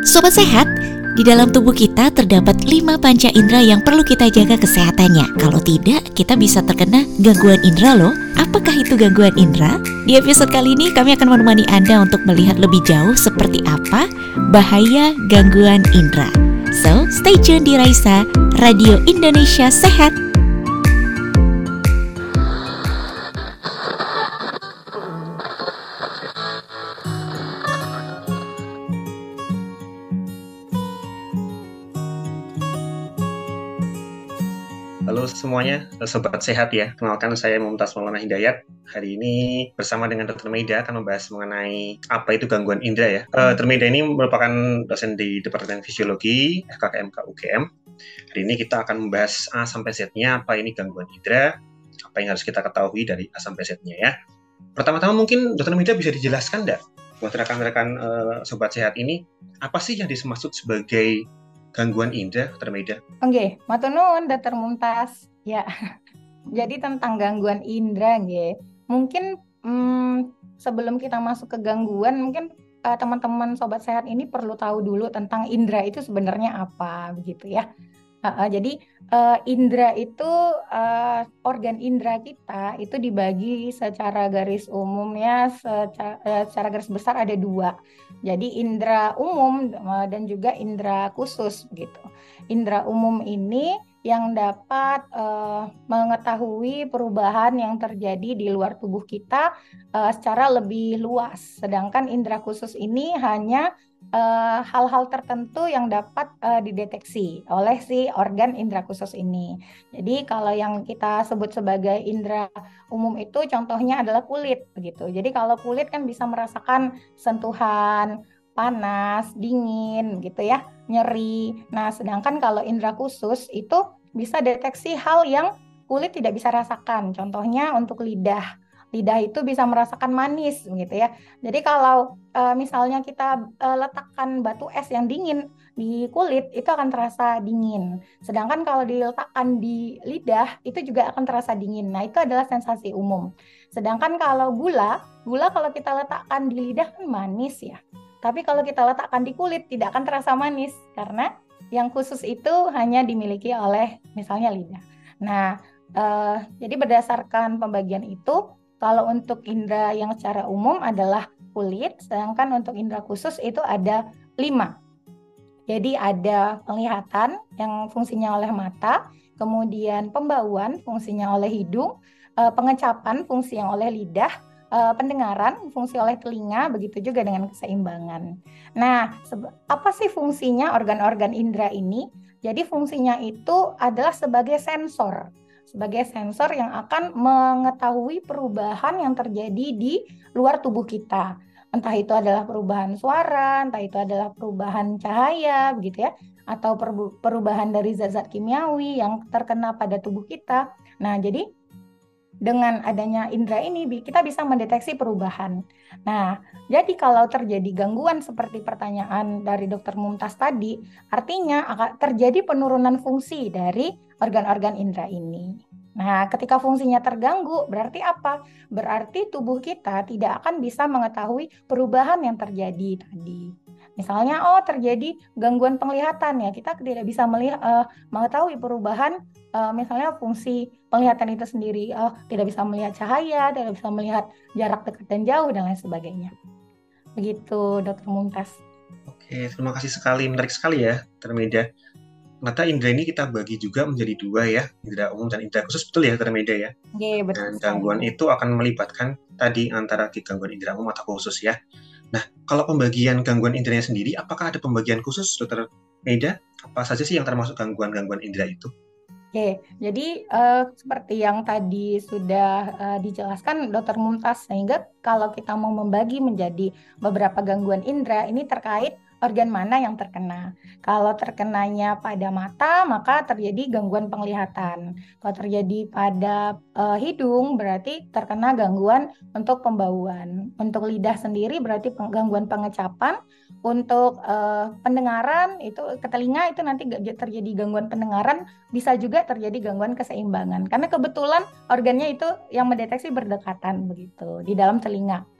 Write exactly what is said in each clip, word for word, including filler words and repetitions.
Sobat Sehat, di dalam tubuh kita terdapat lima panca indera yang perlu kita jaga kesehatannya. Kalau tidak, kita bisa terkena gangguan indera loh. Apakah itu gangguan indera? Di episode kali ini kami akan menemani Anda untuk melihat lebih jauh seperti apa bahaya gangguan indera. So, stay tune di Raisa, Radio Indonesia Sehat. Halo semuanya, Sobat Sehat ya. Kenalkan saya Mumtaz Maulana Hidayat. Hari ini bersama dengan dokter Meida akan membahas mengenai apa itu gangguan indera ya. Uh, dokter Meida ini merupakan dosen di Departemen Fisiologi F K K M K U G M. Hari ini kita akan membahas A sampai Z-nya, apa ini gangguan indera, apa yang harus kita ketahui dari A sampai Z-nya ya. Pertama-tama mungkin dokter Meida bisa dijelaskan enggak buat rekan-rekan uh, Sobat Sehat ini, apa sih yang dimaksud sebagai gangguan indera, dokter Meida? Oke, okay. Matur nuwun dokter Mumtaz. Ya, jadi tentang gangguan indera, nggih. Mungkin hmm, sebelum kita masuk ke gangguan, mungkin uh, teman-teman sobat sehat ini perlu tahu dulu tentang indera itu sebenarnya apa, begitu ya. Uh, uh, jadi uh, indera itu uh, organ indera kita itu dibagi secara garis umumnya secara, uh, secara garis besar ada dua. Jadi indera umum uh, dan juga indera khusus gitu. Indera umum ini yang dapat uh, mengetahui perubahan yang terjadi di luar tubuh kita uh, secara lebih luas. Sedangkan indera khusus ini hanya Uh, hal-hal tertentu yang dapat uh, dideteksi oleh si organ indera khusus ini. Jadi kalau yang kita sebut sebagai indera umum itu contohnya adalah kulit begitu. Jadi kalau kulit kan bisa merasakan sentuhan, panas, dingin gitu ya, nyeri. Nah, sedangkan kalau indera khusus itu bisa deteksi hal yang kulit tidak bisa rasakan. Contohnya untuk lidah. Lidah itu bisa merasakan manis gitu ya. Jadi kalau e, misalnya kita e, letakkan batu es yang dingin di kulit, itu akan terasa dingin. Sedangkan kalau diletakkan di lidah, itu juga akan terasa dingin. Nah, itu adalah sensasi umum. Sedangkan kalau gula, gula kalau kita letakkan di lidah kan manis ya. Tapi kalau kita letakkan di kulit, tidak akan terasa manis. Karena yang khusus itu hanya dimiliki oleh misalnya lidah. Nah, e, jadi berdasarkan pembagian itu, kalau untuk indera yang secara umum adalah kulit, sedangkan untuk indera khusus itu ada lima. Jadi ada penglihatan yang fungsinya oleh mata, kemudian pembauan fungsinya oleh hidung, pengecapan fungsi yang oleh lidah, pendengaran fungsi oleh telinga, begitu juga dengan keseimbangan. Nah, apa sih fungsinya organ-organ indera ini? Jadi fungsinya itu adalah sebagai sensor. sebagai sensor yang akan mengetahui perubahan yang terjadi di luar tubuh kita. Entah itu adalah perubahan suara, entah itu adalah perubahan cahaya, begitu ya, atau perubahan dari zat-zat kimiawi yang terkena pada tubuh kita. Nah, jadi dengan adanya indera ini kita bisa mendeteksi perubahan. Nah, jadi kalau terjadi gangguan seperti pertanyaan dari dokter Mumtaz tadi, artinya akan terjadi penurunan fungsi dari organ-organ indera ini. Nah, ketika fungsinya terganggu, berarti apa? Berarti tubuh kita tidak akan bisa mengetahui perubahan yang terjadi tadi. Misalnya, oh terjadi gangguan penglihatan ya, kita tidak bisa melihat, uh, mengetahui perubahan uh, misalnya fungsi penglihatan itu sendiri, oh tidak bisa melihat cahaya, tidak bisa melihat jarak dekat dan jauh dan lain sebagainya. Begitu, dokter Mumtaz. Oke, terima kasih sekali, menarik sekali ya, dokter Meida. Mata indera ini kita bagi juga menjadi dua ya, indera umum dan indera khusus, betul ya dokter Meida ya? Oke, betul. Dan gangguan itu akan melibatkan tadi antara gangguan indera umum atau khusus ya. Nah, kalau pembagian gangguan inderanya sendiri, apakah ada pembagian khusus dokter Meida? Apa saja sih yang termasuk gangguan-gangguan indera itu? Oke, jadi uh, seperti yang tadi sudah uh, dijelaskan dokter Mumtaz, sehingga kalau kita mau membagi menjadi beberapa gangguan indera, ini terkait organ mana yang terkena. Kalau terkenanya pada mata, maka terjadi gangguan penglihatan. Kalau terjadi pada uh, hidung, berarti terkena gangguan untuk pembauan. Untuk lidah sendiri berarti gangguan pengecapan. Untuk uh, pendengaran, itu ke telinga itu nanti terjadi gangguan pendengaran, bisa juga terjadi gangguan keseimbangan. Karena kebetulan organnya itu yang mendeteksi berdekatan begitu di dalam telinga.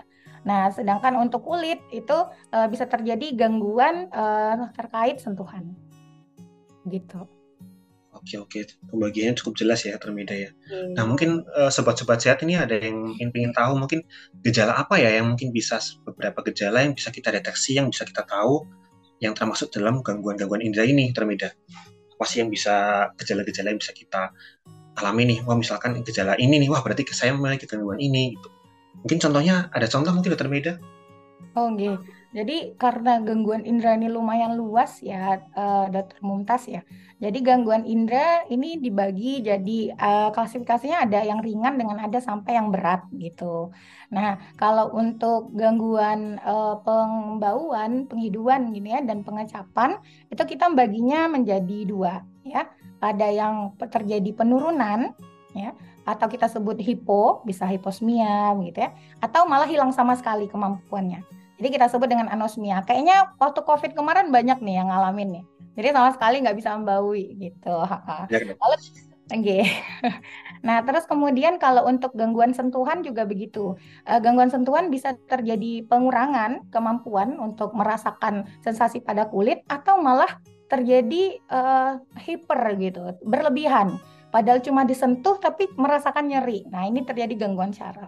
Nah, sedangkan untuk kulit itu uh, bisa terjadi gangguan uh, terkait sentuhan. Gitu. Oke, oke. Pembagiannya cukup jelas ya, Termeda ya. Oke. Nah, mungkin uh, sobat-sobat sehat ini ada yang ingin tahu mungkin gejala apa ya yang mungkin bisa beberapa gejala yang bisa kita deteksi, yang bisa kita tahu, yang termasuk dalam gangguan-gangguan indera ini, Termeda. Apa sih yang bisa gejala-gejala yang bisa kita alami nih? Wah, misalkan gejala ini nih, wah berarti saya memiliki gangguan ini gitu. Mungkin contohnya, ada contoh mungkin Dokter Meda? Oh, okay. Jadi karena gangguan indera ini lumayan luas ya, uh, Dokter Mumtaz ya. Jadi gangguan indera ini dibagi jadi uh, klasifikasinya ada yang ringan dengan ada sampai yang berat gitu. Nah, kalau untuk gangguan uh, pembauan, penghiduan gini ya dan pengecapan itu kita baginya menjadi dua ya. Ada yang terjadi penurunan ya atau kita sebut hipo, bisa hiposmia gitu ya, atau malah hilang sama sekali kemampuannya. Jadi kita sebut dengan anosmia. Kayaknya waktu COVID kemarin banyak nih yang ngalamin nih. Jadi sama sekali nggak bisa membaui gitu. Ya, Lalu, okay. Nah, terus kemudian kalau untuk gangguan sentuhan juga begitu. Uh, gangguan sentuhan bisa terjadi pengurangan kemampuan untuk merasakan sensasi pada kulit atau malah terjadi uh, hiper gitu, berlebihan. Padahal cuma disentuh tapi merasakan nyeri. Nah, ini terjadi gangguan syaraf.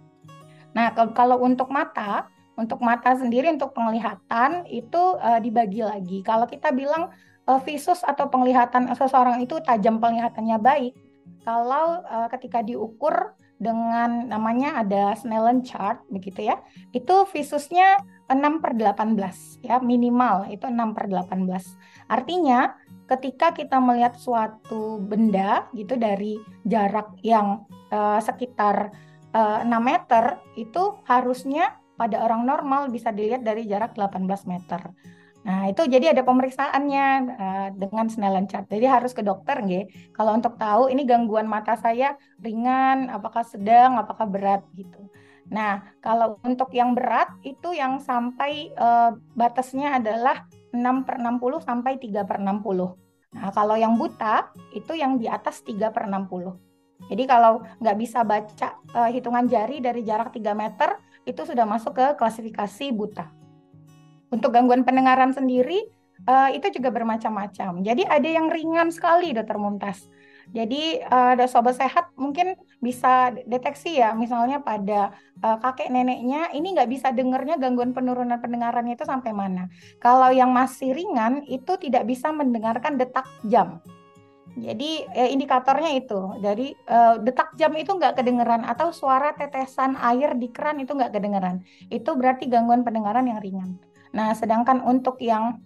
Nah, kalau untuk mata, untuk mata sendiri, untuk penglihatan itu uh, dibagi lagi. Kalau kita bilang uh, visus atau penglihatan seseorang itu tajam penglihatannya baik, kalau uh, ketika diukur dengan namanya ada Snellen chart begitu ya, itu visusnya enam per delapan belas ya, minimal itu enam per delapan belas. Artinya ketika kita melihat suatu benda gitu dari jarak yang uh, sekitar uh, enam meter, itu harusnya pada orang normal bisa dilihat dari jarak delapan belas meter. Nah, itu jadi ada pemeriksaannya uh, dengan Snellen chart. Jadi harus ke dokter nggih. Kalau untuk tahu ini gangguan mata saya ringan, apakah sedang, apakah berat gitu. Nah, kalau untuk yang berat itu yang sampai uh, batasnya adalah enam per enam puluh sampai tiga per enam puluh. Nah, kalau yang buta itu yang di atas tiga per enam puluh. Jadi kalau nggak bisa baca uh, hitungan jari dari jarak tiga meter, itu sudah masuk ke klasifikasi buta. Untuk gangguan pendengaran sendiri, uh, itu juga bermacam-macam. Jadi ada yang ringan sekali, Dokter Mumtaz. Jadi uh, ada sobat sehat mungkin bisa deteksi ya, misalnya pada uh, kakek neneknya, ini nggak bisa dengarnya gangguan penurunan pendengarannya itu sampai mana. Kalau yang masih ringan, itu tidak bisa mendengarkan detak jam. Jadi eh, indikatornya itu dari eh, detak jam itu nggak kedengeran atau suara tetesan air di keran itu nggak kedengeran. Itu berarti gangguan pendengaran yang ringan. Nah, sedangkan untuk yang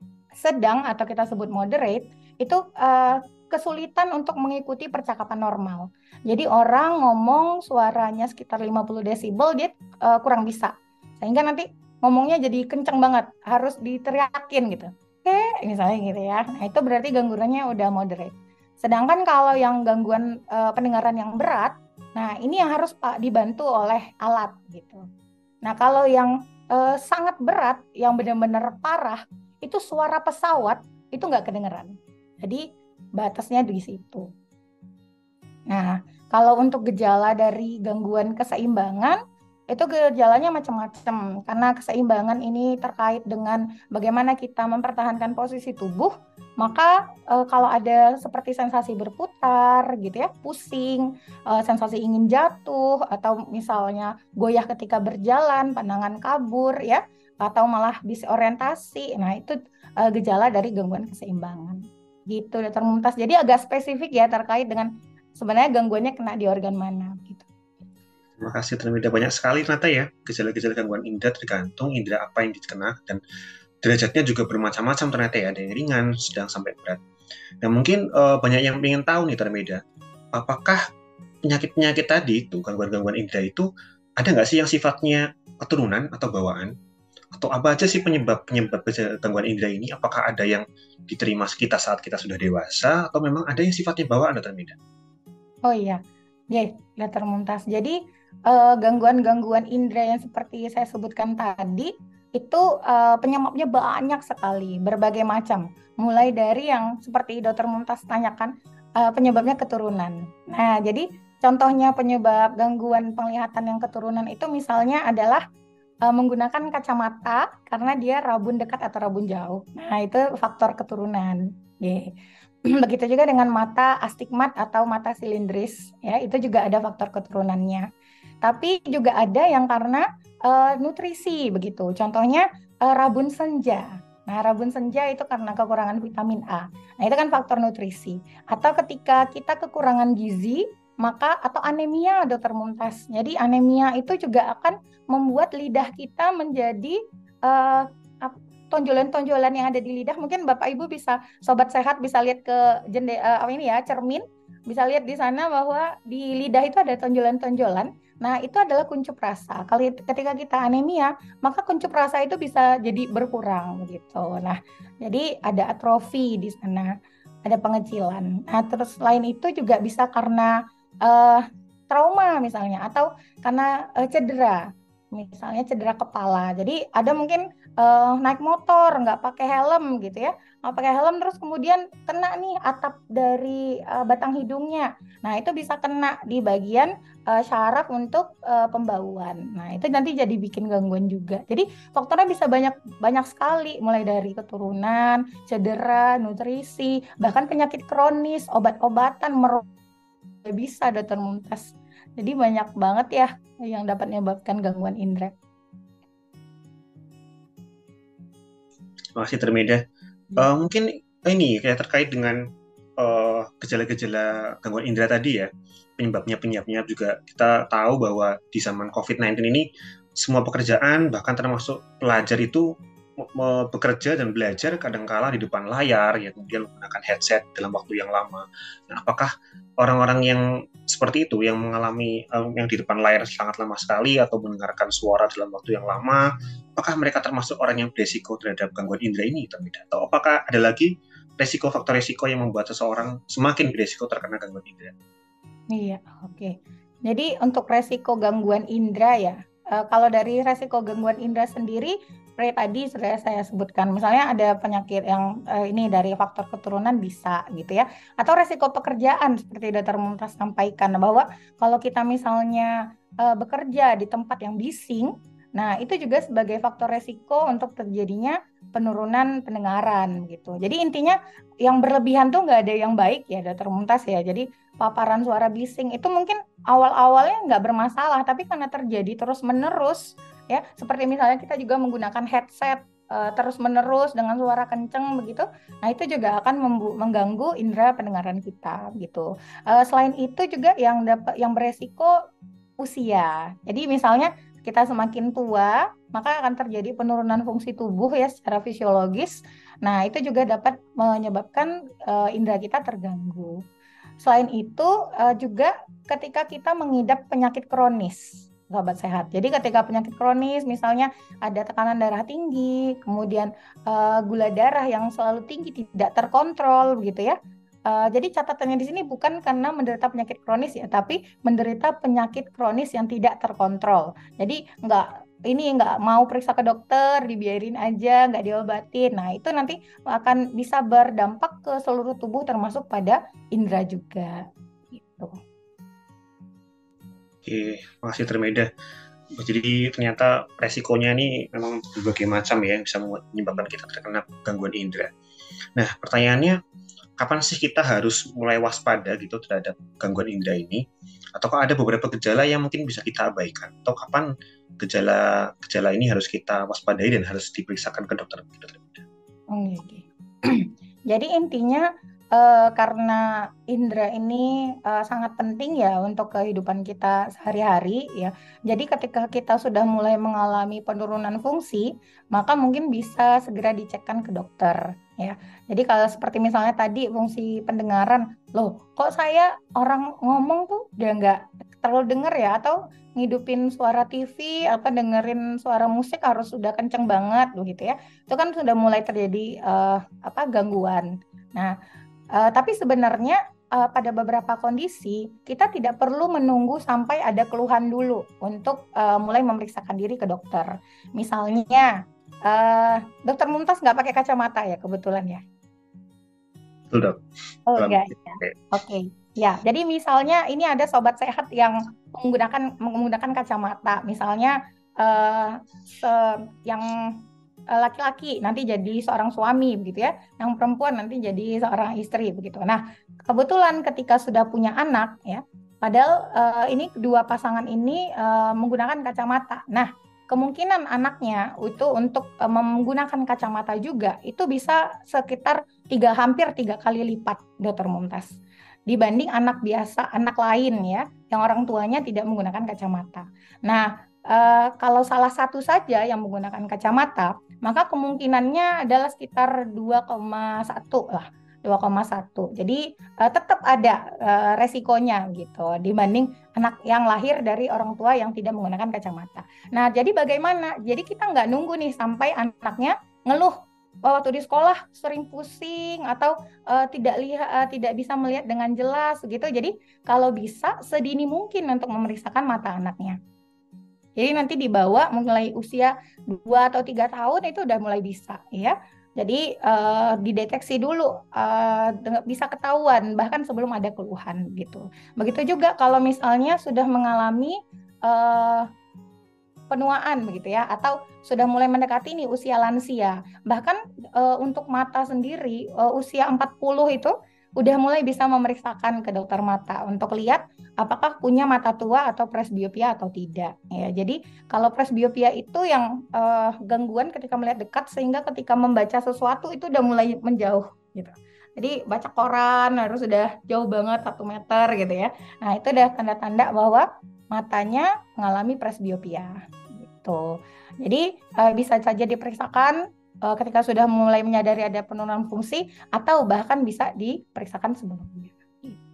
sedang atau kita sebut moderate itu eh, kesulitan untuk mengikuti percakapan normal. Jadi orang ngomong suaranya sekitar lima puluh desibel dia eh, kurang bisa. Sehingga nanti ngomongnya jadi kenceng banget, harus diteriakin gitu. Oke, misalnya gitu ya. Nah, itu berarti gangguannya udah moderate. Sedangkan kalau yang gangguan uh, pendengaran yang berat, nah ini yang harus Pak dibantu oleh alat gitu. Nah, kalau yang uh, sangat berat, yang benar-benar parah, itu suara pesawat itu nggak kedengeran. Jadi batasnya di situ. Nah, kalau untuk gejala dari gangguan keseimbangan, itu gejalanya macam-macam karena keseimbangan ini terkait dengan bagaimana kita mempertahankan posisi tubuh, maka e, kalau ada seperti sensasi berputar gitu ya, pusing, e, sensasi ingin jatuh atau misalnya goyah ketika berjalan, pandangan kabur ya, atau malah disorientasi. Nah, itu e, gejala dari gangguan keseimbangan. Gitu, Dokter Mumtaz. Jadi agak spesifik ya terkait dengan sebenarnya gangguannya kena di organ mana gitu. Terima kasih, terlebih banyak sekali ternyata ya gejala-gejala gangguan indera, tergantung indera apa yang dikena dan derajatnya juga bermacam-macam ternyata ya, ada yang ringan, sedang sampai berat. Dan mungkin uh, banyak yang ingin tahu nih Termeda, apakah penyakit-penyakit tadi itu gangguan-gangguan indera itu ada nggak sih yang sifatnya keturunan atau bawaan? Atau apa aja sih penyebab-penyebab gangguan indera ini? Apakah ada yang diterima kita saat kita sudah dewasa atau memang ada yang sifatnya bawaan, Termeda? Oh iya, ya, Dokter Mumtaz. Jadi Uh, gangguan-gangguan indera yang seperti saya sebutkan tadi itu uh, penyebabnya banyak sekali, berbagai macam. Mulai dari yang seperti Dokter Mumtaz tanyakan, uh, penyebabnya keturunan. Nah, jadi contohnya penyebab gangguan penglihatan yang keturunan itu misalnya adalah uh, menggunakan kacamata karena dia rabun dekat atau rabun jauh. Nah, itu faktor keturunan. Yeah. Begitu juga dengan mata astigmat atau mata silindris, ya, itu juga ada faktor keturunannya. Tapi juga ada yang karena uh, nutrisi begitu. Contohnya uh, rabun senja. Nah, rabun senja itu karena kekurangan vitamin A. Nah, itu kan faktor nutrisi. Atau ketika kita kekurangan gizi, maka atau anemia, Dokter Mumtaz. Jadi anemia itu juga akan membuat lidah kita menjadi uh, tonjolan-tonjolan yang ada di lidah. Mungkin Bapak Ibu bisa, sobat sehat bisa lihat ke jendela apa ini ya, cermin, bisa lihat di sana bahwa di lidah itu ada tonjolan-tonjolan. Nah, itu adalah kuncup rasa. Kalau ketika kita anemia, maka kuncup rasa itu bisa jadi berkurang gitu. Nah, jadi ada atrofi di sana, ada pengecilan. Nah, terus selain itu juga bisa karena uh, trauma misalnya, atau karena uh, cedera. Misalnya cedera kepala. Jadi ada mungkin uh, naik motor nggak pakai helm gitu ya, nggak pakai helm terus kemudian kena nih atap dari uh, batang hidungnya. Nah, itu bisa kena di bagian uh, syaraf untuk uh, pembauan. Nah, itu nanti jadi bikin gangguan juga. Jadi faktornya bisa banyak banyak sekali, mulai dari keturunan, cedera, nutrisi, bahkan penyakit kronis, obat-obatan, merokok bisa, Dokter Mumtaz. Jadi banyak banget ya yang dapat menyebabkan gangguan indera. Terima kasih Termeda. Uh, mungkin ini kayak terkait dengan uh, gejala-gejala gangguan indera tadi ya, penyebabnya penyebabnya juga kita tahu bahwa di zaman covid sembilan belas ini semua pekerjaan bahkan termasuk pelajar itu bekerja dan belajar kadangkala di depan layar ya, kemudian menggunakan headset dalam waktu yang lama. Nah, apakah orang-orang yang seperti itu yang mengalami um, yang di depan layar sangat lama sekali atau mendengarkan suara dalam waktu yang lama, apakah mereka termasuk orang yang beresiko terhadap gangguan indera ini atau apakah ada lagi resiko faktor resiko yang membuat seseorang semakin beresiko terkena gangguan indera? Iya, oke. Okay. Jadi untuk resiko gangguan indera ya, uh, kalau dari resiko gangguan indera sendiri seperti tadi sudah saya sebutkan, misalnya ada penyakit yang uh, ini dari faktor keturunan bisa gitu ya, atau resiko pekerjaan seperti Dokter Mumtaz sampaikan bahwa kalau kita misalnya uh, bekerja di tempat yang bising, nah itu juga sebagai faktor resiko untuk terjadinya penurunan pendengaran gitu. Jadi intinya yang berlebihan tuh nggak ada yang baik ya, Dokter Mumtaz ya. Jadi paparan suara bising itu mungkin awal-awalnya nggak bermasalah, tapi karena terjadi terus-menerus ya, seperti misalnya kita juga menggunakan headset uh, terus-menerus dengan suara kenceng begitu, nah itu juga akan membu- mengganggu indera pendengaran kita gitu. Uh, selain itu juga yang dapat yang beresiko usia. Jadi misalnya kita semakin tua, maka akan terjadi penurunan fungsi tubuh ya secara fisiologis. Nah, itu juga dapat menyebabkan uh, indera kita terganggu. Selain itu uh, juga ketika kita mengidap penyakit kronis, sahabat sehat. Jadi ketika penyakit kronis, misalnya ada tekanan darah tinggi, kemudian uh, gula darah yang selalu tinggi tidak terkontrol, gitu ya. Uh, jadi catatannya di sini bukan karena menderita penyakit kronis ya, tapi menderita penyakit kronis yang tidak terkontrol. Jadi nggak ini nggak mau periksa ke dokter, dibiarin aja, nggak diobatin. Nah, itu nanti akan bisa berdampak ke seluruh tubuh termasuk pada indera juga. Gitu. Oke, makasih Termeda. Jadi ternyata resikonya ini memang berbagai macam ya, yang bisa menyebabkan kita terkena gangguan indera. Nah, pertanyaannya, kapan sih kita harus mulai waspada gitu terhadap gangguan indera ini? Ataukah ada beberapa gejala yang mungkin bisa kita abaikan? Atau kapan gejala-gejala ini harus kita waspadai dan harus diperiksakan ke dokter? Oke, oke. Jadi intinya uh, karena indera ini uh, sangat penting ya untuk kehidupan kita sehari-hari ya. Jadi ketika kita sudah mulai mengalami penurunan fungsi, maka mungkin bisa segera dicekkan ke dokter ya. Jadi kalau seperti misalnya tadi fungsi pendengaran, loh kok saya orang ngomong tuh udah nggak terlalu denger ya, atau ngidupin suara T V apa dengerin suara musik harus sudah kenceng banget loh gitu ya. Itu kan sudah mulai terjadi uh, apa gangguan. Nah, uh, tapi sebenarnya uh, pada beberapa kondisi kita tidak perlu menunggu sampai ada keluhan dulu untuk uh, mulai memeriksakan diri ke dokter. Misalnya, uh, Dokter Mumtaz nggak pakai kacamata ya kebetulan ya? Betul, Dok. Oh enggak ya. Oke. Okay. Ya, jadi misalnya ini ada sobat sehat yang menggunakan menggunakan kacamata. Misalnya uh, se- yang uh, laki-laki nanti jadi seorang suami begitu ya, yang perempuan nanti jadi seorang istri begitu. Nah, kebetulan ketika sudah punya anak ya, padahal uh, ini kedua pasangan ini uh, menggunakan kacamata. Nah, kemungkinan anaknya itu untuk uh, menggunakan kacamata juga itu bisa sekitar tiga hampir tiga kali lipat, Dokter Mumtaz, dibanding anak biasa, anak lain ya, yang orang tuanya tidak menggunakan kacamata. Nah, eh, kalau salah satu saja yang menggunakan kacamata, maka kemungkinannya adalah sekitar dua koma satu lah, dua koma satu. Jadi eh, tetap ada eh, resikonya gitu dibanding anak yang lahir dari orang tua yang tidak menggunakan kacamata. Nah, jadi bagaimana? Jadi kita nggak nunggu nih sampai anaknya ngeluh, "Oh, waktu di sekolah sering pusing atau uh, tidak lihat uh, tidak bisa melihat dengan jelas gitu." Jadi kalau bisa sedini mungkin untuk memeriksakan mata anaknya. Jadi nanti dibawa mulai usia dua atau tiga tahun itu udah mulai bisa ya. Jadi uh, dideteksi dulu, uh, bisa ketahuan bahkan sebelum ada keluhan gitu. Begitu juga kalau misalnya sudah mengalami uh, penuaan begitu ya, atau sudah mulai mendekati nih usia lansia. Bahkan e, untuk mata sendiri e, usia empat puluh itu udah mulai bisa memeriksakan ke dokter mata untuk lihat apakah punya mata tua atau presbiopia atau tidak ya. Jadi kalau presbiopia itu yang e, gangguan ketika melihat dekat sehingga ketika membaca sesuatu itu udah mulai menjauh gitu. Jadi baca koran harus sudah jauh banget satu meter gitu ya. Nah, itu udah tanda-tanda bahwa matanya mengalami presbiopia. Gitu. Jadi uh, bisa saja diperiksakan uh, ketika sudah mulai menyadari ada penurunan fungsi atau bahkan bisa diperiksakan sebelumnya. Gitu.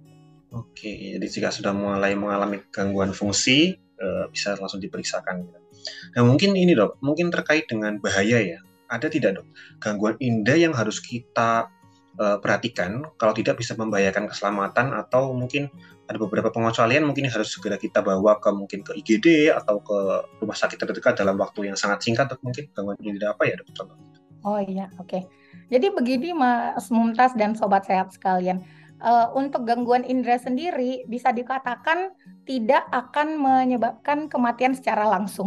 Oke, jadi jika sudah mulai mengalami gangguan fungsi uh, bisa langsung diperiksakan. Nah mungkin ini dok, mungkin terkait dengan bahaya ya. Ada tidak dok gangguan indera yang harus kita uh, perhatikan kalau tidak bisa membahayakan keselamatan, atau mungkin ada beberapa pengecualian mungkin harus segera kita bawa ke mungkin ke I G D atau ke rumah sakit terdekat dalam waktu yang sangat singkat, dok? Mungkin gangguan indera apa ya dok contohnya? Oh iya, oke. Okay. Jadi begini Mas Mumtaz dan Sobat Sehat sekalian, uh, untuk gangguan indera sendiri bisa dikatakan tidak akan menyebabkan kematian secara langsung.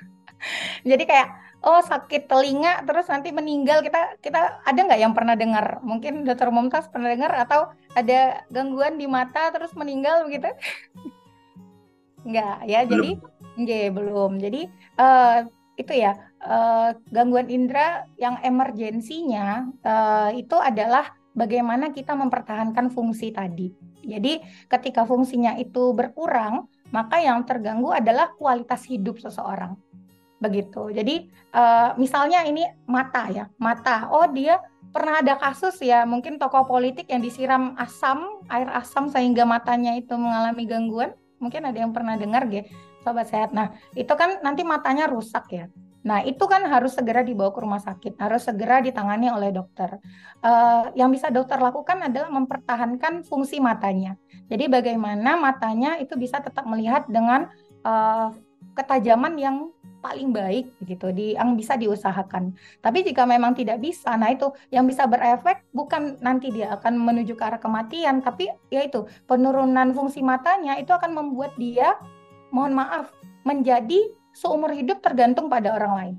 Jadi kayak oh sakit telinga terus nanti meninggal, kita kita ada nggak yang pernah dengar? Mungkin Dokter Mumtaz pernah dengar, atau ada gangguan di mata terus meninggal begitu? Enggak ya. Belum. Jadi enggak, belum. Jadi uh, itu ya uh, gangguan indera yang emergensinya uh, itu adalah bagaimana kita mempertahankan fungsi tadi. Jadi ketika fungsinya itu berkurang, maka yang terganggu adalah kualitas hidup seseorang. Begitu. Jadi uh, misalnya ini mata ya, mata. Oh dia pernah ada kasus ya, mungkin tokoh politik yang disiram asam, air asam sehingga matanya itu mengalami gangguan. Mungkin ada yang pernah dengar ya, Sobat Sehat. Nah itu kan nanti matanya rusak ya. Nah itu kan harus segera dibawa ke rumah sakit, harus segera ditangani oleh dokter. Uh, yang bisa dokter lakukan adalah mempertahankan fungsi matanya. Jadi bagaimana matanya itu bisa tetap melihat dengan uh, ketajaman yang paling baik gitu, di yang bisa diusahakan. Tapi jika memang tidak bisa, nah itu yang bisa berefek bukan nanti dia akan menuju ke arah kematian, tapi yaitu penurunan fungsi matanya itu akan membuat dia, mohon maaf, menjadi seumur hidup tergantung pada orang lain.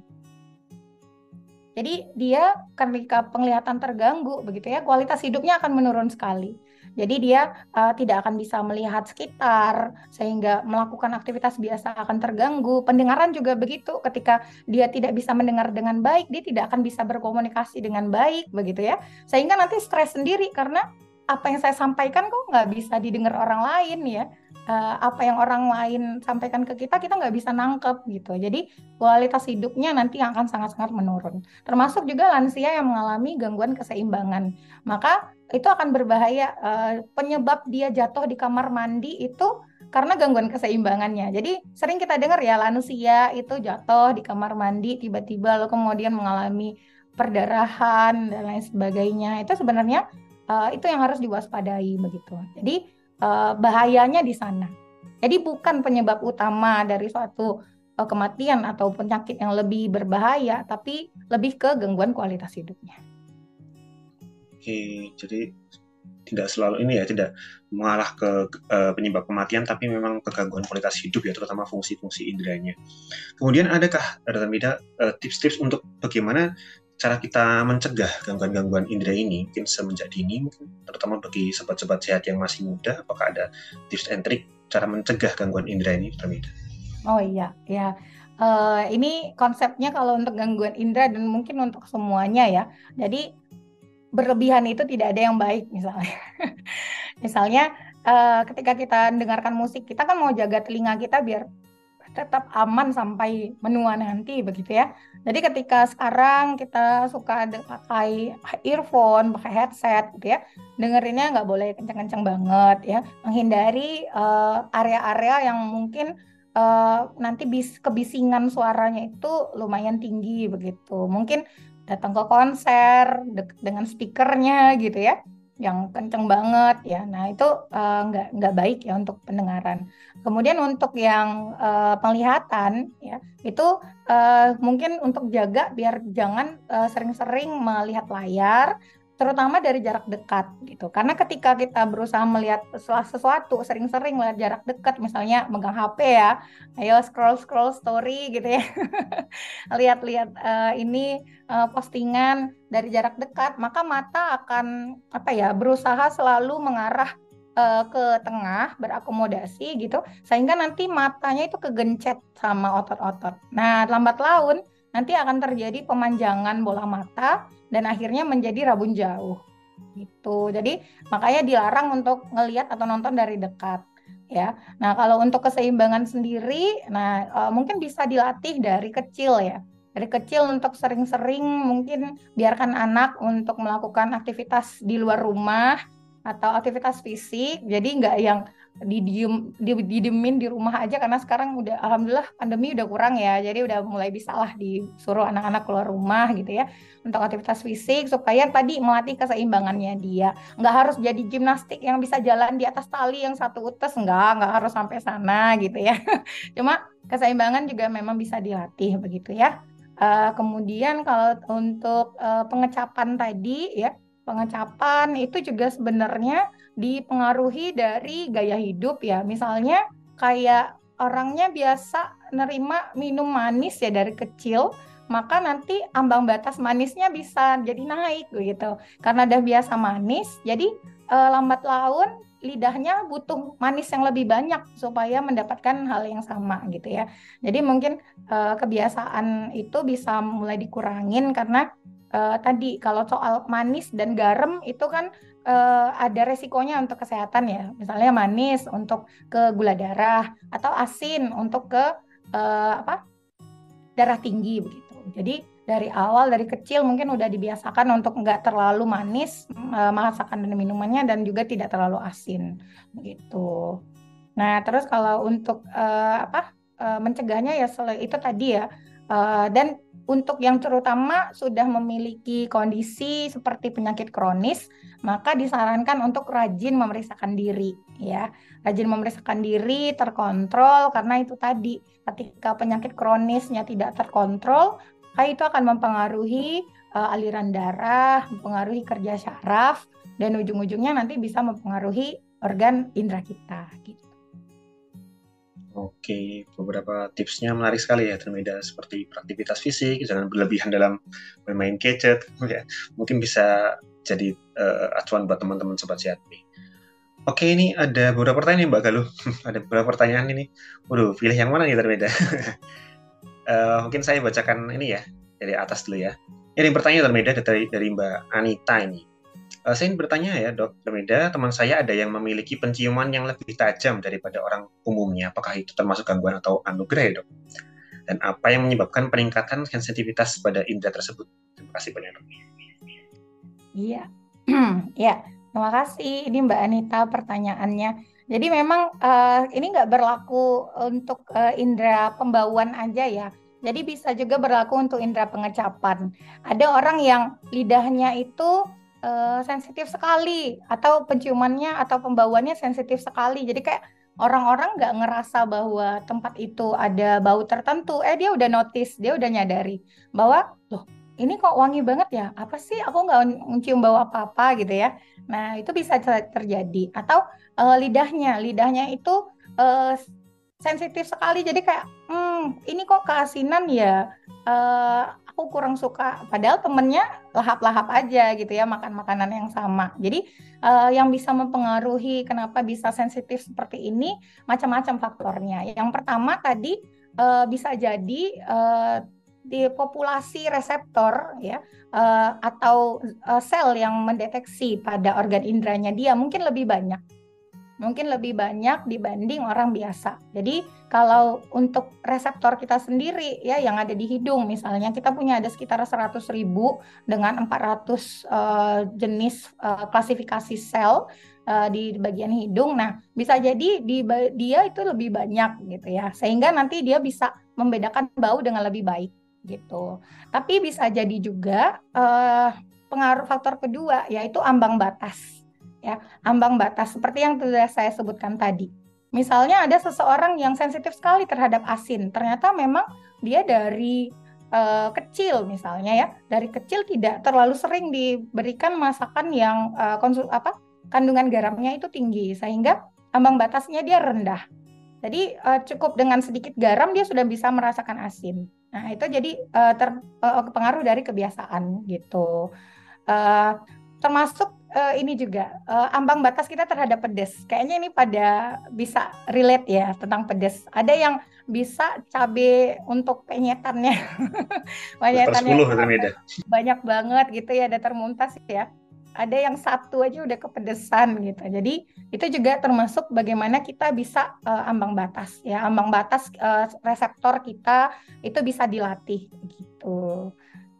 Jadi dia ketika penglihatan terganggu begitu ya, kualitas hidupnya akan menurun sekali. Jadi dia uh, tidak akan bisa melihat sekitar, sehingga melakukan aktivitas biasa akan terganggu. Pendengaran juga begitu, ketika dia tidak bisa mendengar dengan baik, dia tidak akan bisa berkomunikasi dengan baik, begitu ya. Sehingga nanti stres sendiri, karena apa yang saya sampaikan kok nggak bisa didengar orang lain ya. Uh, apa yang orang lain sampaikan ke kita, kita nggak bisa nangkep gitu. Jadi kualitas hidupnya nanti akan sangat-sangat menurun. Termasuk juga lansia yang mengalami gangguan keseimbangan. Maka itu akan berbahaya, uh, penyebab dia jatuh di kamar mandi itu karena gangguan keseimbangannya. Jadi sering kita dengar ya, lansia itu jatuh di kamar mandi tiba-tiba lalu kemudian mengalami perdarahan dan lain sebagainya. Itu sebenarnya uh, itu yang harus diwaspadai begitu. Jadi uh, bahayanya di sana. Jadi bukan penyebab utama dari suatu uh, kematian atau penyakit yang lebih berbahaya, tapi lebih ke gangguan kualitas hidupnya. Oke, jadi tidak selalu ini ya, tidak mengarah ke uh, penyebab kematian, tapi memang kegangguan kualitas hidup ya, terutama fungsi-fungsi inderanya. Kemudian adakah Dokter Mida uh, tips-tips untuk bagaimana cara kita mencegah gangguan-gangguan indera ini mungkin semenjak dini, mungkin terutama bagi sobat-sobat sehat yang masih muda, apakah ada tips and trick cara mencegah gangguan indera ini, Dokter Mida? Oh iya, ya. Uh, ini konsepnya kalau untuk gangguan indera dan mungkin untuk semuanya ya. Jadi berlebihan itu tidak ada yang baik misalnya. Misalnya uh, ketika kita dengarkan musik, kita kan mau jaga telinga kita biar tetap aman sampai menua nanti begitu ya. Jadi ketika sekarang kita suka de- pakai earphone, pakai headset gitu ya, dengerinnya nggak boleh kencang-kencang banget ya. Menghindari uh, area-area yang mungkin uh, nanti bis kebisingan suaranya itu lumayan tinggi begitu. Mungkin datang ke konser dek- dengan speakernya gitu ya, yang kenceng banget ya. Nah itu uh, nggak nggak baik ya untuk pendengaran. Kemudian untuk yang uh, penglihatan ya itu uh, mungkin untuk jaga biar jangan uh, sering-sering melihat layar, terutama dari jarak dekat gitu. Karena ketika kita berusaha melihat sesuatu sering-sering melihat jarak dekat, misalnya megang H P ya, ayo scroll-scroll story gitu ya, lihat-lihat uh, ini uh, postingan dari jarak dekat, maka mata akan apa ya berusaha selalu mengarah uh, ke tengah, berakomodasi gitu, sehingga nanti matanya itu kegencet sama otot-otot. Nah, lambat laun nanti akan terjadi pemanjangan bola mata dan akhirnya menjadi rabun jauh gitu. Jadi makanya dilarang untuk ngelihat atau nonton dari dekat ya. Nah, kalau untuk keseimbangan sendiri, nah uh, mungkin bisa dilatih dari kecil ya. Dari kecil untuk sering-sering mungkin biarkan anak untuk melakukan aktivitas di luar rumah atau aktivitas fisik. Jadi nggak yang didiem, di- didiemin di rumah aja karena sekarang udah alhamdulillah pandemi udah kurang ya. Jadi udah mulai bisa lah disuruh anak-anak keluar rumah gitu ya untuk aktivitas fisik supaya tadi melatih keseimbangannya dia. Nggak harus jadi gimnastik yang bisa jalan di atas tali yang satu utus, nggak, nggak harus sampai sana gitu ya. Cuma keseimbangan juga memang bisa dilatih begitu ya. Uh, kemudian kalau untuk uh, pengecapan tadi ya, pengecapan itu juga sebenarnya dipengaruhi dari gaya hidup ya. Misalnya kayak orangnya biasa nerima minum manis ya dari kecil, maka nanti ambang batas manisnya bisa jadi naik gitu. Karena udah biasa manis, jadi eh, lambat laun lidahnya butuh manis yang lebih banyak supaya mendapatkan hal yang sama gitu ya. Jadi mungkin eh, kebiasaan itu bisa mulai dikurangin karena eh, tadi kalau soal manis dan garam itu kan eh, ada resikonya untuk kesehatan ya. Misalnya manis untuk ke gula darah atau asin untuk ke eh, apa darah tinggi begitu. Jadi dari awal dari kecil mungkin udah dibiasakan untuk nggak terlalu manis eh, masakan dan minumannya dan juga tidak terlalu asin begitu. Nah terus kalau untuk eh, apa eh, mencegahnya ya selain itu tadi ya. Eh, dan untuk yang terutama sudah memiliki kondisi seperti penyakit kronis, maka disarankan untuk rajin memeriksakan diri ya. Rajin memeriksakan diri, terkontrol karena itu tadi ketika penyakit kronisnya tidak terkontrol, maka itu akan mempengaruhi uh, aliran darah, mempengaruhi kerja syaraf dan ujung-ujungnya nanti bisa mempengaruhi organ indera kita gitu. Oke, beberapa tipsnya menarik sekali ya, Termeda, seperti beraktivitas fisik, jangan berlebihan dalam bermain gadget, ya. Mungkin bisa jadi uh, acuan buat teman-teman sobat sehat nih. Oke, ini ada beberapa pertanyaan Mbak Galuh. Ada beberapa pertanyaan ini. Waduh, pilih yang mana nih Termeda? uh, mungkin saya bacakan ini ya, dari atas dulu ya. Ini pertanyaan Termeda dari, dari Mbak Anita ini. Uh, saya ingin bertanya ya, Dokter Meda, teman saya ada yang memiliki penciuman yang lebih tajam daripada orang umumnya. Apakah itu termasuk gangguan atau anugerah ya, Dok? Dan apa yang menyebabkan peningkatan sensitivitas pada indera tersebut? Terima kasih banyak, Dok. Iya, ya, terima kasih. Ini Mbak Anita pertanyaannya. Jadi memang uh, ini nggak berlaku untuk uh, indera pembauan aja ya. Jadi bisa juga berlaku untuk indera pengecapan. Ada orang yang lidahnya itu uh, sensitif sekali, atau penciumannya atau pembauannya sensitif sekali. Jadi kayak orang-orang nggak ngerasa bahwa tempat itu ada bau tertentu. Eh dia udah notice, dia udah nyadari bahwa loh ini kok wangi banget ya? Apa sih? Aku nggak mencium bau apa-apa gitu ya. Nah, itu bisa ter- terjadi. Atau eh, lidahnya, lidahnya itu eh, sensitif sekali. Jadi kayak, hmm, ini kok keasinan ya. Eh, aku kurang suka. Padahal temennya lahap-lahap aja gitu ya, makan makanan yang sama. Jadi eh, yang bisa mempengaruhi kenapa bisa sensitif seperti ini, macam-macam faktornya. Yang pertama tadi eh, bisa jadi eh, di populasi reseptor ya eh, atau eh, sel yang mendeteksi pada organ indranya dia mungkin lebih banyak. Mungkin lebih banyak dibanding orang biasa. Jadi kalau untuk reseptor kita sendiri ya yang ada di hidung misalnya kita punya ada sekitar seratus ribu dengan empat ratus eh, jenis eh, klasifikasi sel eh, di bagian hidung. Nah, bisa jadi di ba- dia itu lebih banyak gitu ya. Sehingga nanti dia bisa membedakan bau dengan lebih baik gitu. Tapi bisa jadi juga eh, pengaruh faktor kedua yaitu ambang batas. Ya, ambang batas seperti yang sudah saya sebutkan tadi. Misalnya ada seseorang yang sensitif sekali terhadap asin. Ternyata memang dia dari eh, kecil misalnya ya, dari kecil tidak terlalu sering diberikan masakan yang eh, konsul apa kandungan garamnya itu tinggi sehingga ambang batasnya dia rendah. Jadi eh, cukup dengan sedikit garam dia sudah bisa merasakan asin. Nah, itu jadi eh, terpengaruh dari kebiasaan gitu. Eh, termasuk eh, ini juga eh, ambang batas kita terhadap pedas. Kayaknya ini pada bisa relate ya tentang pedas. Ada yang bisa cabai untuk penyetannya, dua per penyetannya sepuluh itu Termeda. banyak banget gitu ya, ada termuntas ya. Ada yang satu aja udah kepedesan gitu. Jadi itu juga termasuk bagaimana kita bisa eh, ambang batas ya, ambang batas eh, reseptor kita itu bisa dilatih gitu.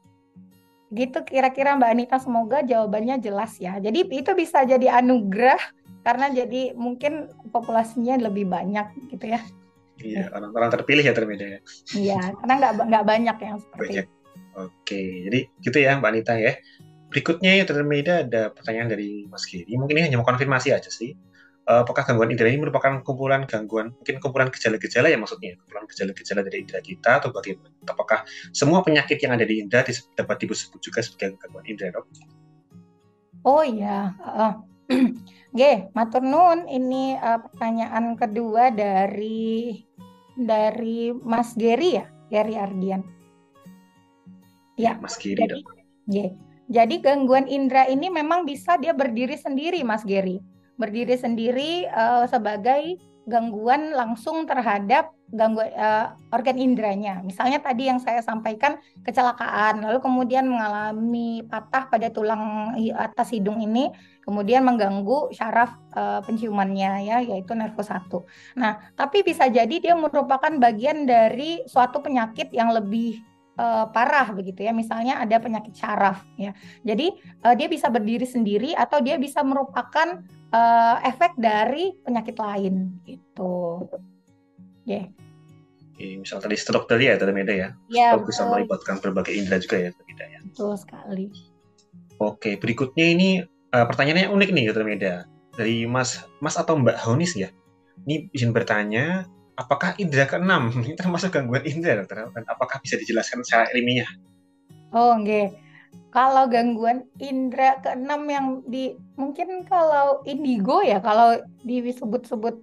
Gitu kira-kira Mbak Anita, semoga jawabannya jelas ya. Jadi itu bisa jadi anugerah karena jadi mungkin populasinya lebih banyak gitu ya. Iya, orang-orang terpilih ya Termeda ya. Iya, karena nggak nggak banyak yang seperti Banyak. itu. Oke, jadi gitu ya Mbak Anita ya. Berikutnya ya Termeda ada pertanyaan dari Mas Giri. Mungkin ini hanya mau konfirmasi aja sih. Eh, apakah gangguan indera ini merupakan kumpulan gangguan, mungkin kumpulan gejala-gejala ya maksudnya, kumpulan gejala-gejala dari indera kita atau bagaimana? Apakah semua penyakit yang ada di indera dapat disebut juga sebagai gangguan indera, dok? Oh iya, uh, Oke, matur nuwun. Ini uh, pertanyaan kedua dari dari Mas Geri ya, Geri Ardian. Ya, Ya, Mas Giri, jadi, dok. ya, jadi gangguan indera ini memang bisa dia berdiri sendiri, Mas Geri. Berdiri sendiri uh, sebagai gangguan langsung terhadap gangguan uh, organ inderanya. Misalnya tadi yang saya sampaikan kecelakaan, lalu kemudian mengalami patah pada tulang atas hidung ini, kemudian mengganggu syaraf uh, penciumannya ya, yaitu nervus satu. Nah, tapi bisa jadi dia merupakan bagian dari suatu penyakit yang lebih uh, parah begitu ya, misalnya ada penyakit syaraf ya. Jadi uh, dia bisa berdiri sendiri atau dia bisa merupakan uh, efek dari penyakit lain gitu. Ya. Yeah. Oke, misal tadi stroke tadi ya Termeda ya. Ya, Stroke bisa melibatkan berbagai indera juga ya Termeda ya. betul sekali. Oke, berikutnya ini uh, pertanyaannya unik nih Termeda. Dari Mas Mas atau Mbak Honis ya. Ini izin bertanya, apakah indera keenam ini termasuk gangguan indera, dokter? Dan apakah bisa dijelaskan secara ilmiah? Oh, oke. Okay. Kalau gangguan indera keenam yang di mungkin kalau indigo ya, kalau disebut-sebut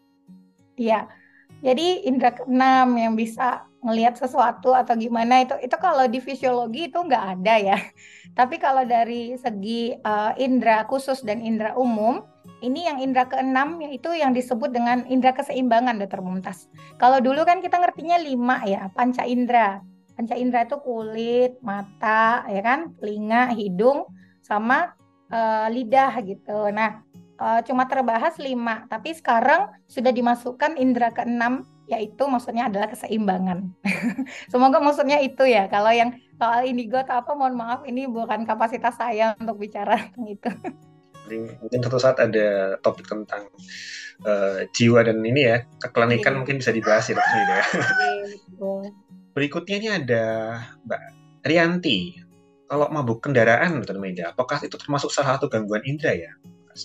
ya. Jadi indera keenam yang bisa ngelihat sesuatu atau gimana itu itu kalau di fisiologi itu nggak ada ya. Tapi kalau dari segi uh, indera khusus dan indera umum, ini yang indera keenam yaitu yang disebut dengan indera keseimbangan, Dokter Mumtaz. Kalau dulu kan kita ngertinya lima ya, panca indera. Panca indera itu kulit, mata, ya kan, telinga, hidung, sama uh, lidah gitu. Nah, uh, cuma terbahas lima, tapi sekarang sudah dimasukkan indera keenam, yaitu maksudnya adalah keseimbangan. Semoga maksudnya itu ya. Kalau yang soal indigo atau apa, mohon maaf, ini bukan kapasitas saya untuk bicara tentang itu. Mungkin suatu saat ada topik tentang uh, jiwa dan ini ya, keklinikan yeah. Mungkin bisa dibahas ya. ya. Yeah, Berikutnya ini ada Mbak Rianti. Kalau mabuk kendaraan, Dokter Meda, apakah itu termasuk salah satu gangguan indera ya?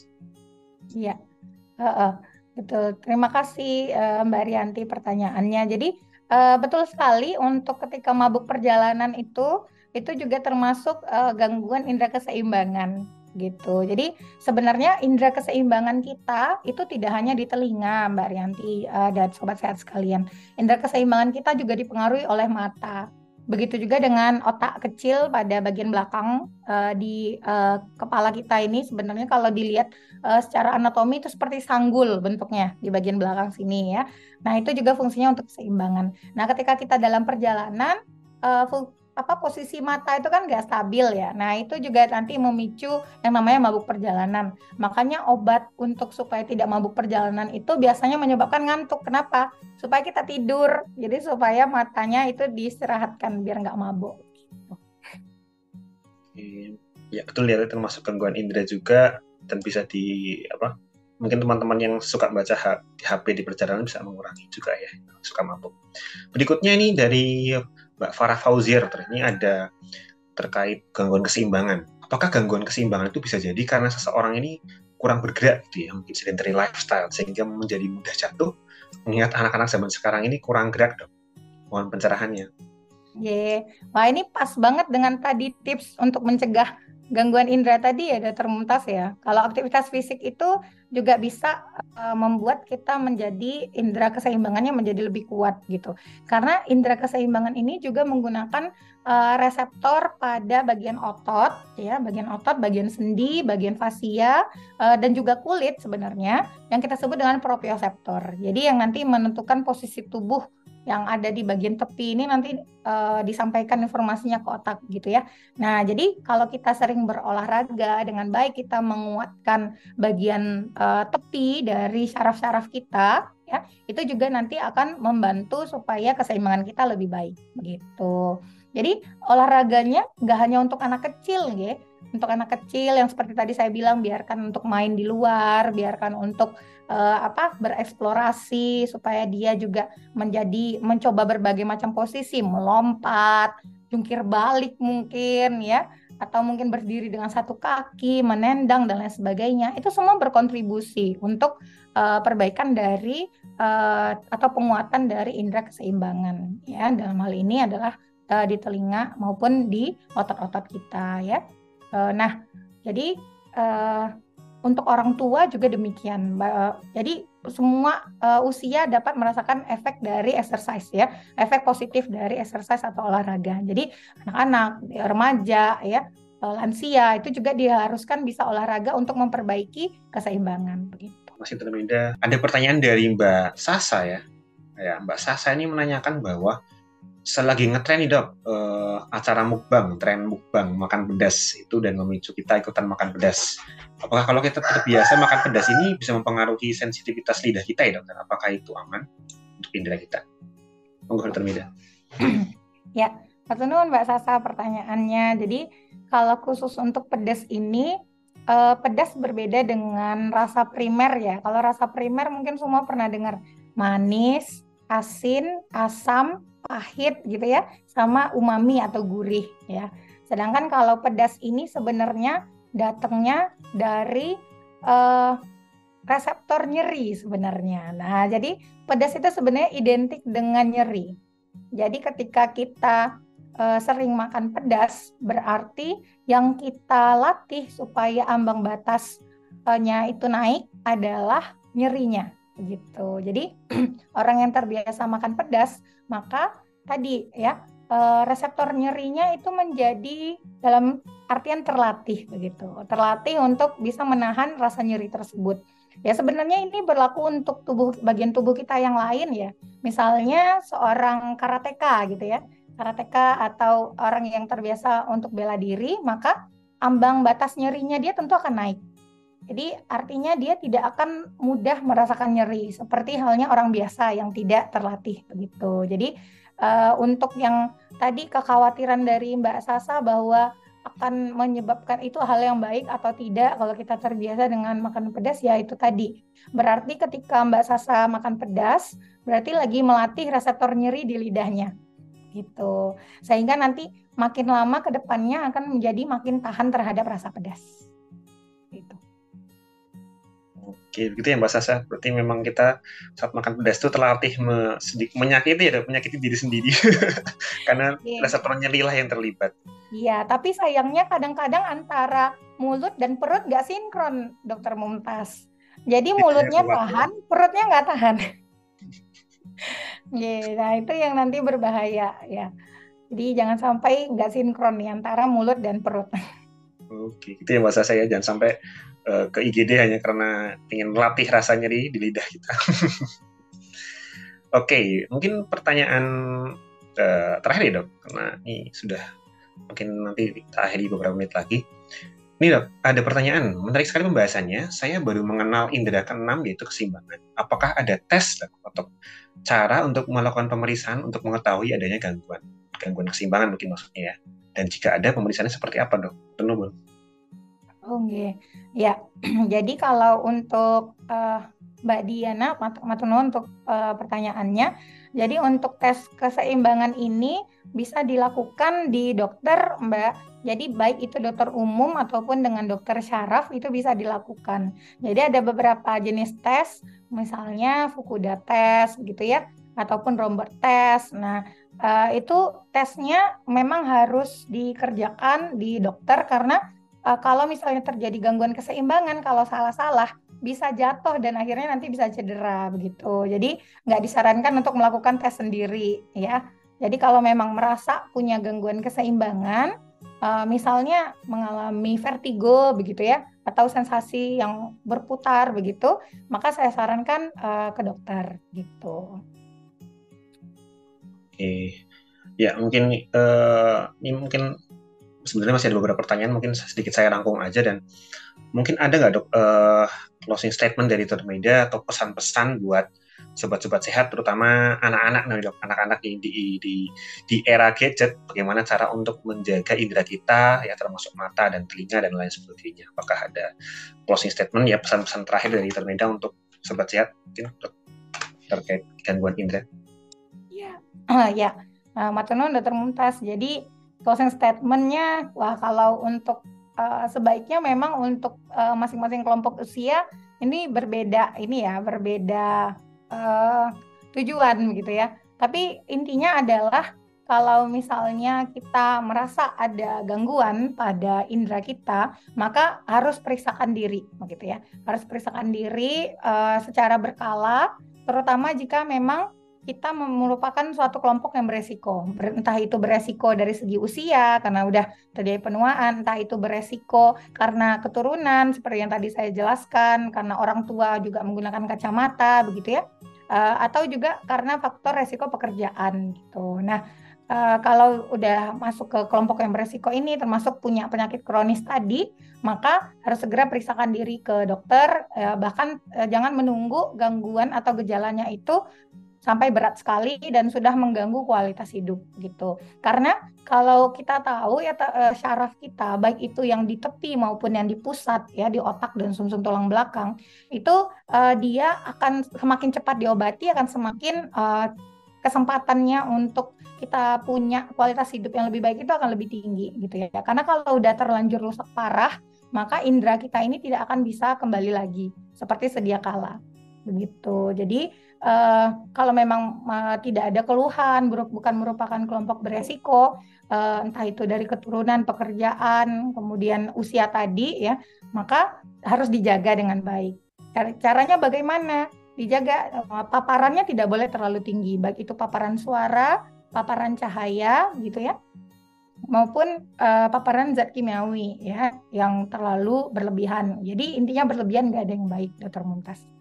Iya, uh, uh, betul. Terima kasih uh, Mbak Rianti pertanyaannya. Jadi uh, betul sekali untuk ketika mabuk perjalanan itu, itu juga termasuk uh, gangguan indera keseimbangan gitu. Jadi sebenarnya indera keseimbangan kita itu tidak hanya di telinga, Mbak Rianti uh, dan sobat sehat sekalian. Indera keseimbangan kita juga dipengaruhi oleh mata. Begitu juga dengan otak kecil pada bagian belakang uh, di uh, kepala kita ini. Sebenarnya kalau dilihat uh, secara anatomi itu seperti sanggul bentuknya di bagian belakang sini ya. Nah itu juga fungsinya untuk keseimbangan. Nah ketika kita dalam perjalanan uh, apa posisi mata itu kan nggak stabil ya. Nah itu juga nanti memicu yang namanya mabuk perjalanan. Makanya obat untuk supaya tidak mabuk perjalanan itu biasanya menyebabkan ngantuk. Kenapa? Supaya kita tidur. Jadi supaya matanya itu diistirahatkan biar nggak mabuk. Ya betul ya, termasuk gangguan indera juga dan bisa di apa? Mungkin teman-teman yang suka baca di H P di perjalanan bisa mengurangi juga ya, suka mabuk. Berikutnya ini dari Mbak Farah Fauzier, ini ada terkait gangguan keseimbangan. Apakah gangguan keseimbangan itu bisa jadi karena seseorang ini kurang bergerak gitu ya, mungkin sedentary lifestyle, sehingga menjadi mudah jatuh, mengingat anak-anak zaman sekarang ini kurang gerak dok. Mohon pencerahannya. Ye, wah ini pas banget dengan tadi tips untuk mencegah gangguan indera tadi ya, Dokter Mumtaz ya. Kalau aktivitas fisik itu juga bisa uh, membuat kita menjadi indera keseimbangannya menjadi lebih kuat gitu. Karena indera keseimbangan ini juga menggunakan uh, reseptor pada bagian otot ya, bagian otot, bagian sendi, bagian fasia uh, dan juga kulit sebenarnya yang kita sebut dengan proprioseptor. Jadi yang nanti menentukan posisi tubuh yang ada di bagian tepi ini nanti uh, disampaikan informasinya ke otak gitu ya. Nah, jadi kalau kita sering berolahraga dengan baik, kita menguatkan bagian uh, tepi dari syaraf-syaraf kita, ya, itu juga nanti akan membantu supaya keseimbangan kita lebih baik, begitu. Jadi olahraganya nggak hanya untuk anak kecil, ya. Untuk anak kecil yang seperti tadi saya bilang, biarkan untuk main di luar, biarkan untuk uh, apa bereksplorasi supaya dia juga menjadi mencoba berbagai macam posisi, melompat, jungkir balik mungkin ya, atau mungkin berdiri dengan satu kaki, menendang dan lain sebagainya. Itu semua berkontribusi untuk uh, perbaikan dari uh, atau penguatan dari indera keseimbangan ya. Dalam hal ini adalah uh, di telinga maupun di otot-otot kita ya. Uh, nah, jadi uh, untuk orang tua juga demikian. Uh, jadi semua uh, usia dapat merasakan efek dari exercise ya, efek positif dari exercise atau olahraga. Jadi anak-anak, remaja ya, lansia itu juga diharuskan bisa olahraga untuk memperbaiki keseimbangan begitu. Masih terminda. Ada pertanyaan dari Mbak Sasa ya. Ya, Mbak Sasa ini menanyakan bahwa selagi ngetren nih dok, uh, acara mukbang, tren mukbang, makan pedas itu dan memicu kita ikutan makan pedas. Apakah kalau kita terbiasa makan pedas ini bisa mempengaruhi sensitivitas lidah kita ya dokter? Apakah itu aman untuk indera kita? Monggo dokter Mida. Ya, pertanyaan Mbak Sasa pertanyaannya. Jadi kalau khusus untuk pedas ini, eh, pedas berbeda dengan rasa primer ya. Kalau rasa primer mungkin semua pernah dengar, manis, asin, asam, pahit gitu ya, sama umami atau gurih ya. Sedangkan kalau pedas ini sebenarnya datangnya dari eh, reseptor nyeri sebenarnya. Nah, jadi pedas itu sebenarnya identik dengan nyeri. Jadi ketika kita uh, sering makan pedas, berarti yang kita latih supaya ambang batasnya itu naik adalah nyerinya, gitu. Jadi orang yang terbiasa makan pedas, maka tadi ya uh, reseptor nyerinya itu menjadi dalam artian terlatih, begitu. Terlatih untuk bisa menahan rasa nyeri tersebut. Ya sebenarnya ini berlaku untuk tubuh bagian tubuh kita yang lain ya. Misalnya seorang karateka gitu ya. Karateka atau orang yang terbiasa untuk bela diri, maka ambang batas nyerinya dia tentu akan naik. Jadi artinya dia tidak akan mudah merasakan nyeri seperti halnya orang biasa yang tidak terlatih begitu. Jadi uh, untuk yang tadi kekhawatiran dari Mbak Sasa bahwa akan menyebabkan itu hal yang baik atau tidak kalau kita terbiasa dengan makan pedas, ya itu tadi. Berarti ketika Mbak Sasa makan pedas, berarti lagi melatih reseptor nyeri di lidahnya. Gitu. Sehingga nanti makin lama ke depannya akan menjadi makin tahan terhadap rasa pedas. Gitu. Oke, begitu ya Mbak Sasa. Berarti memang kita saat makan pedas itu terlatih me- sedikit menyakiti ya, menyakiti diri sendiri. Karena yeah. reseptor nyeri lah yang terlibat. Iya, tapi sayangnya kadang-kadang antara mulut dan perut nggak sinkron, Dokter Mumtaz. Jadi Lidahnya mulutnya kuat ya. tahan, perutnya nggak tahan. Ye, nah itu yang nanti berbahaya ya. Jadi jangan sampai nggak sinkron nih antara mulut dan perut. Oke, itu yang bahasa saya, jangan sampai uh, ke I G D hanya karena ingin melatih rasa nyeri di lidah kita. Oke, mungkin pertanyaan uh, terakhir ya dok, karena ini sudah mungkin nanti kita akhiri beberapa menit lagi. Ini dok, ada pertanyaan, menarik sekali pembahasannya. Saya baru mengenal indera keenam yaitu keseimbangan. Apakah ada tes dok, atau cara untuk melakukan pemeriksaan untuk mengetahui adanya gangguan? Gangguan keseimbangan mungkin maksudnya ya. Dan jika ada, pemeriksaannya seperti apa dok? Penuh bun. Oh nggih. Ya, jadi kalau untuk uh, Mbak Diana, mat- matur nuwun untuk uh, pertanyaannya. Jadi untuk tes keseimbangan ini bisa dilakukan di dokter, Mbak. Jadi baik itu dokter umum ataupun dengan dokter syaraf itu bisa dilakukan. Jadi ada beberapa jenis tes, misalnya Fukuda tes gitu ya, ataupun Romberg tes. Nah, uh, itu tesnya memang harus dikerjakan di dokter karena uh, kalau misalnya terjadi gangguan keseimbangan, kalau salah-salah bisa jatuh dan akhirnya nanti bisa cedera begitu. Jadi nggak disarankan untuk melakukan tes sendiri ya. Jadi kalau memang merasa punya gangguan keseimbangan, uh, misalnya mengalami vertigo begitu ya, atau sensasi yang berputar begitu, maka saya sarankan uh, ke dokter gitu. Oke, ya mungkin uh, ini mungkin sebenarnya masih ada beberapa pertanyaan, mungkin sedikit saya rangkum aja. Dan mungkin ada nggak dok uh, closing statement dari dokter Maida atau pesan-pesan buat sobat-sobat sehat, terutama anak-anak nih dok, anak-anak di, di di di era gadget, bagaimana cara untuk menjaga indera kita ya, termasuk mata dan telinga dan lain sebagainya. Apakah ada closing statement ya, pesan-pesan terakhir dari dokter Maida untuk sobat sehat mungkin dok, terkait gangguan indera? Ya, uh, ya, uh, matur nuwun dokter Mumtaz. Jadi closing statement-nya, wah kalau untuk uh, sebaiknya memang untuk uh, masing-masing kelompok usia ini berbeda, ini ya berbeda uh, tujuan gitu ya. Tapi intinya adalah kalau misalnya kita merasa ada gangguan pada indera kita, maka harus periksakan diri, begitu ya. Harus periksakan diri uh, secara berkala, terutama jika memang kita merupakan suatu kelompok yang beresiko, entah itu beresiko dari segi usia karena udah terjadi penuaan, entah itu beresiko karena keturunan seperti yang tadi saya jelaskan, karena orang tua juga menggunakan kacamata begitu ya, uh, atau juga karena faktor resiko pekerjaan gitu. Nah, uh, kalau udah masuk ke kelompok yang beresiko ini, termasuk punya penyakit kronis tadi, maka harus segera periksakan diri ke dokter, uh, bahkan uh, jangan menunggu gangguan atau gejalanya itu sampai berat sekali dan sudah mengganggu kualitas hidup gitu. Karena kalau kita tahu ya syaraf kita baik itu yang di tepi maupun yang di pusat ya, di otak dan sumsum tulang belakang itu uh, dia akan semakin cepat diobati, akan semakin uh, kesempatannya untuk kita punya kualitas hidup yang lebih baik itu akan lebih tinggi gitu ya. Karena kalau udah terlanjur rusak parah, maka indera kita ini tidak akan bisa kembali lagi seperti sedia kala. Begitu. Jadi Uh, kalau memang uh, tidak ada keluhan, bukan merupakan kelompok beresiko, uh, entah itu dari keturunan, pekerjaan, kemudian usia tadi ya, maka harus dijaga dengan baik. Caranya bagaimana? Dijaga uh, paparannya tidak boleh terlalu tinggi, baik itu paparan suara, paparan cahaya gitu ya, maupun uh, paparan zat kimiawi ya, yang terlalu berlebihan. Jadi intinya berlebihan nggak ada yang baik, dokter Mumtaz.